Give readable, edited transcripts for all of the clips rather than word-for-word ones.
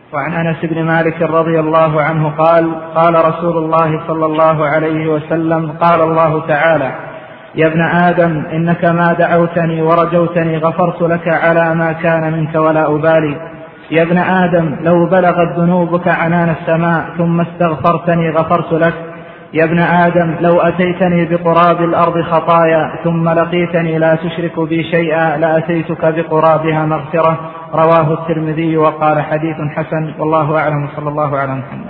وعن أنس بن مالك رضي الله عنه قال: قال رسول الله صلى الله عليه وسلم: قال الله تعالى: يا ابن آدم إنك ما دعوتني ورجوتني غفرت لك على ما كان منك ولا أبالي. يا ابن آدم لو بلغت ذنوبك عنان السماء ثم استغفرتني غفرت لك. يا ابن آدم لو أتيتني بقراب الأرض خطايا ثم لقيتني لا تشرك بي شيئا لأتيتك بقرابها مغفرة. رواه الترمذي وقال: حديث حسن، والله أعلم، صلى الله على محمد.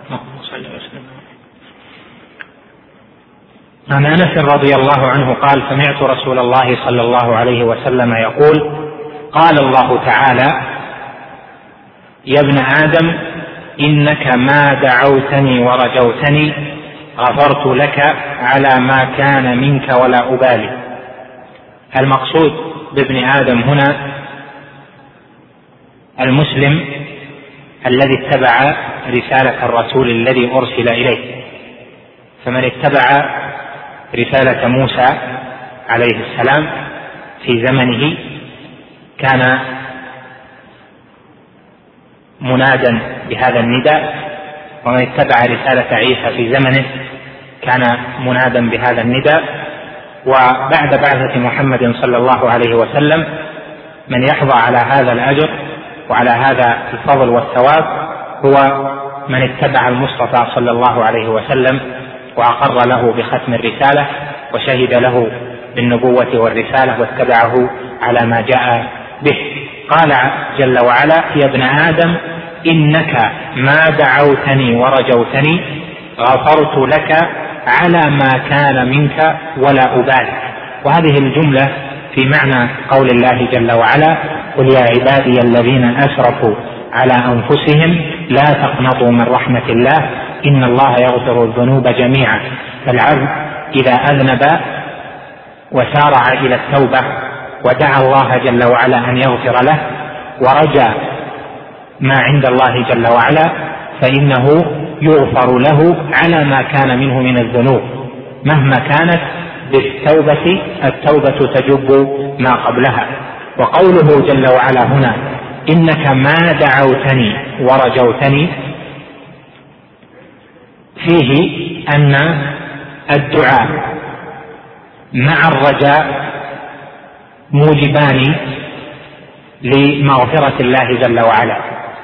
عن أنس رضي الله عنه قال: سمعت رسول الله صلى الله عليه وسلم يقول: قال الله تعالى: يا ابن آدم إنك ما دعوتني ورجوتني غفرت لك على ما كان منك ولا أبالي. المقصود بابن آدم هنا المسلم الذي اتبع رسالة الرسول الذي أرسل إليه. فمن اتبع رسالة موسى عليه السلام في زمنه كان منادا بهذا النداء، ومن اتبع رسالة عيسى في زمنه كان منادا بهذا النداء. وبعد بعثة محمد صلى الله عليه وسلم من يحظى على هذا الأجر وعلى هذا الفضل والثواب هو من اتبع المصطفى صلى الله عليه وسلم وأقر له بختم الرسالة وشهد له بالنبوة والرسالة واتبعه على ما جاء به. قال جل وعلا: يا ابن آدم إنك ما دعوتني ورجوتني غفرت لك على ما كان منك ولا أبالي. وهذه الجملة في معنى قول الله جل وعلا: قل يا عبادي الذين أسرفوا على أنفسهم لا تقنطوا من رحمة الله إن الله يغفر الذنوب جميعا. فالعبد إذا أذنب وسارع إلى التوبة ودعا الله جل وعلا أن يغفر له ورجى ما عند الله جل وعلا فإنه يغفر له على ما كان منه من الذنوب مهما كانت. بالتوبة التوبة تجب ما قبلها. وقوله جل وعلا هنا: إنك ما دعوتني ورجوتني، فيه أن الدعاء مع الرجاء موجبان لمغفرة الله جل وعلا.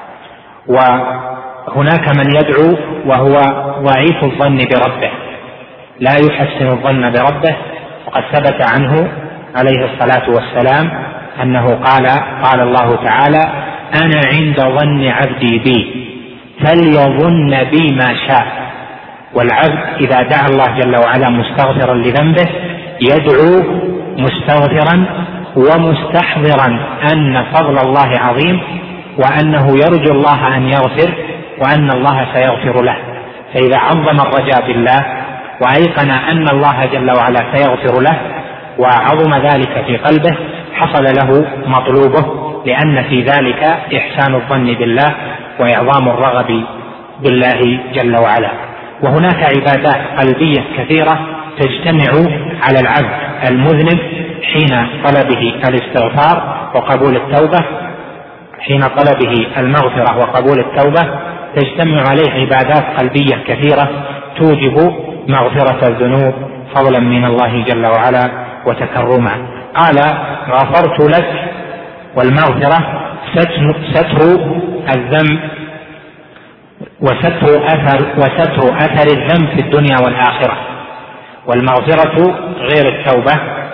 وهناك من يدعو وهو ضعيف الظن بربه لا يحسن الظن بربه، وقد ثبت عنه عليه الصلاة والسلام أنه قال الله تعالى: أنا عند ظن عبدي بي فليظن بي ما شاء. والعبد إذا دعا الله جل وعلا مستغفرا لذنبه يدعو مستغفرا ومستحضرا أن فضل الله عظيم وأنه يرجو الله أن يغفر وأن الله سيغفر له. فإذا عظم الرجاء بالله وأيقن أن الله جل وعلا سيغفر له وعظم ذلك في قلبه حصل له مطلوبه، لأن في ذلك إحسان الظن بالله وإعظام الرغب بالله جل وعلا. وهناك عبادات قلبية كثيرة تجتمع على العبد المذنب حين طلبه الاستغفار وقبول التوبة، حين طلبه المغفرة وقبول التوبة تجتمع عليه عبادات قلبية كثيرة توجب مغفرة الذنوب فضلا من الله جل وعلا وتكرما. قال: غفرت لك، والمغفرة ستر الذنب وستر أثر الذنب في الدنيا والآخرة. والمغفرة غير التوبة،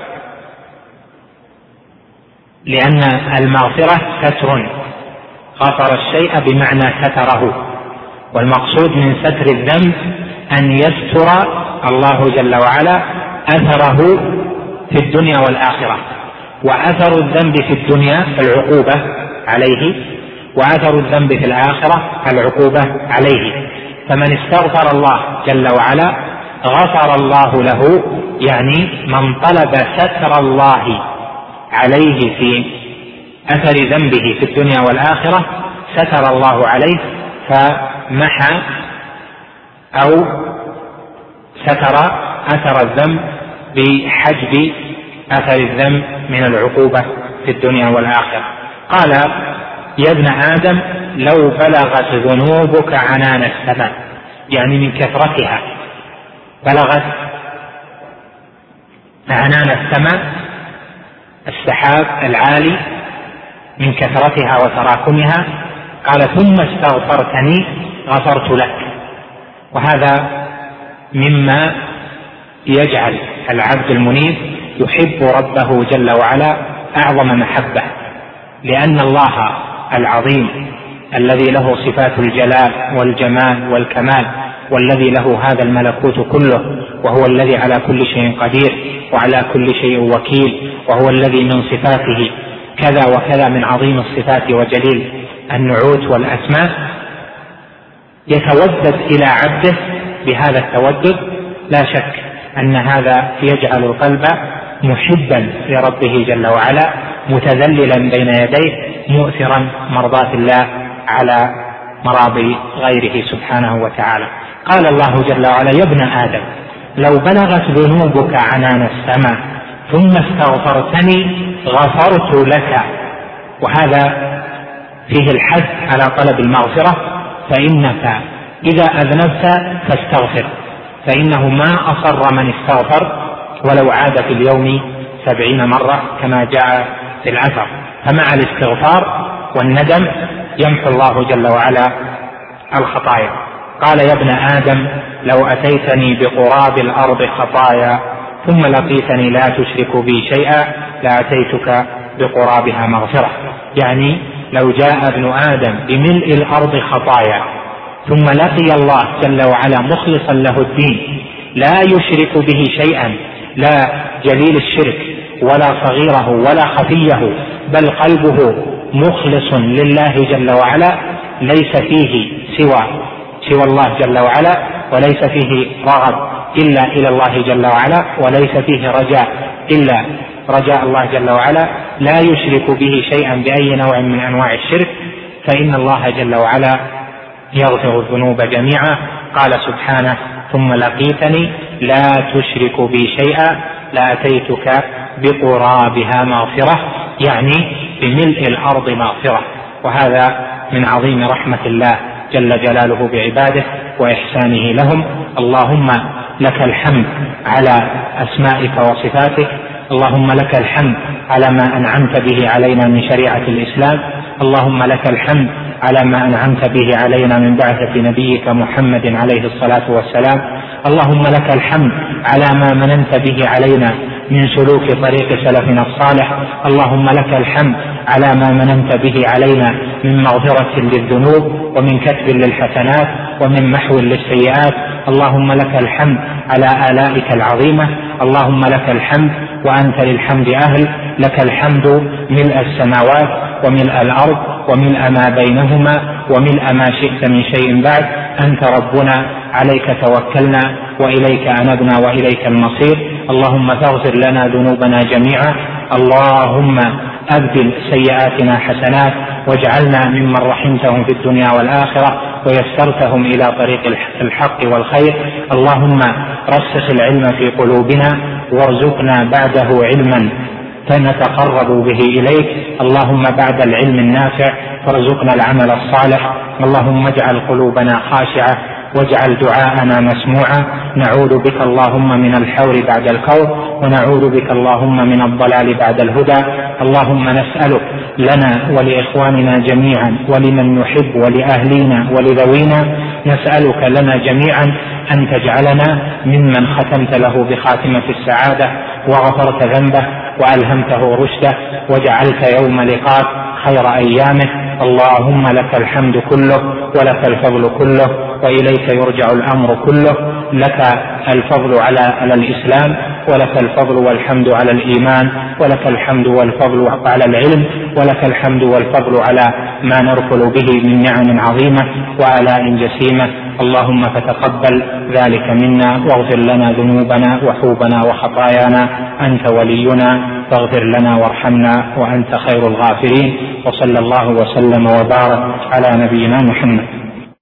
لأن المغفرة ستر، غفر الشيء بمعنى ستره، والمقصود من ستر الذنب أن يستر الله جل وعلا أثره في الدنيا والآخرة. وأثر الذنب في الدنيا العقوبة عليه، وأثر الذنب في الآخرة العقوبة عليه. فمن استغفر الله جل وعلا غفر الله له، يعني من طلب ستر الله عليه في أثر ذنبه في الدنيا والآخرة ستر الله عليه فمحى أو ستر أثر الذنب بحجب أثر الذنب من العقوبة في الدنيا والآخرة. قال: يا ابن آدم لو بلغت ذنوبك عنان السماء، يعني من كثرتها، بلغت عنان السماء السحاب العالي من كثرتها وتراكمها، قال ثم استغفرتني غفرت لك. وهذا مما يجعل العبد المنيب يحب ربه جل وعلا أعظم محبة، لأن الله العظيم الذي له صفات الجلال والجمال والكمال، والذي له هذا الملكوت كله، وهو الذي على كل شيء قدير وعلى كل شيء وكيل، وهو الذي من صفاته كذا وكذا من عظيم الصفات وجليل النعوت والأسماء، يتودد إلى عبده بهذا التودد. لا شك أن هذا يجعل القلب محبا لربه جل وعلا، متذللا بين يديه، مؤثرا مرضاة الله على مراضي غيره سبحانه وتعالى. قال الله جل وعلا: يا ابن آدم لو بلغت ذنوبك عنان السماء ثم استغفرتني غفرت لك. وهذا فيه الحث على طلب المغفرة، فإنك إذا أذنبت فاستغفر، فإنه ما أصر من استغفر ولو عاد في اليوم 70 مرة كما جاء في الأثر. فمع الاستغفار والندم يمحو الله جل وعلا الخطايا. قال: يا ابن آدم لو أتيتني بقراب الأرض خطايا ثم لقيتني لا تشرك بي شيئا لأتيتك بقرابها مغفرة. يعني لو جاء ابن آدم بملء الأرض خطايا ثم لقي الله جل وعلا مخلصا له الدين لا يشرك به شيئا، لا جليل الشرك ولا صغيره ولا خفيه، بل قلبه مخلص لله جل وعلا، ليس فيه سوى الله جل وعلا، وليس فيه رغب إلا إلى الله جل وعلا، وليس فيه رجاء إلا رجاء الله جل وعلا، لا يشرك به شيئا بأي نوع من أنواع الشرك، فإن الله جل وعلا يغفر الذنوب جميعا. قال سبحانه: ثم لقيتني لا تشرك بي شيئا لأتيتك بقرابها مغفرة، يعني بملء الأرض مغفرة. وهذا من عظيم رحمة الله جل جلاله بعباده وإحسانه لهم. اللهم لك الحمد على أسمائك وصفاتك، اللهم لك الحمد على ما أنعمت به علينا من شريعة الإسلام، اللهم لك الحمد على ما أنعمت به علينا من بعثة نبيك محمد عليه الصلاة والسلام، اللهم لك الحمد على ما مننت به علينا من سلوك طريق سلفنا الصالح، اللهم لك الحمد على ما مننت به علينا من مغفرة للذنوب ومن كتب للحسنات ومن محو للسيئات، اللهم لك الحمد على آلائك العظيمة، اللهم لك الحمد وأنت للحمد أهل، لك الحمد ملء السماوات وملء الأرض وملء ما بينهما وملء ما شئت من شيء بعد، أنت ربنا عليك توكلنا وإليك أنبنا وإليك المصير، اللهم فاغفر لنا ذنوبنا جميعا، اللهم أبدل سيئاتنا حسنات واجعلنا ممن رحمتهم في الدنيا والآخرة ويسرتهم إلى طريق الحق والخير، اللهم رسخ العلم في قلوبنا وارزقنا بعده علما فنتقرب به إليك، اللهم بعد العلم النافع فارزقنا العمل الصالح، اللهم اجعل قلوبنا خاشعة واجعل دعاءنا مسموعا، نعوذ بك اللهم من الحور بعد الكور ونعوذ بك اللهم من الضلال بعد الهدى، اللهم نسألك لنا ولإخواننا جميعا ولمن نحب ولأهلينا ولذوينا، نسألك لنا جميعا أن تجعلنا ممن ختمت له بخاتمة السعادة وغفرت ذنبه وألهمته رشده وجعلت يوم لقاك خير أيامه، اللهم لك الحمد كله ولك الفضل كله وإليك يرجع الأمر كله، لك الفضل على الإسلام ولك الفضل والحمد على الإيمان ولك الحمد والفضل على العلم ولك الحمد والفضل على ما نرفل به من نعم عظيمة وآلاء جسيمة، اللهم فتقبل ذلك منا واغفر لنا ذنوبنا وحوبنا وخطايانا، أنت ولينا فاغفر لنا وارحمنا وأنت خير الغافرين، وصلى الله وسلم وبارك على نبينا محمد.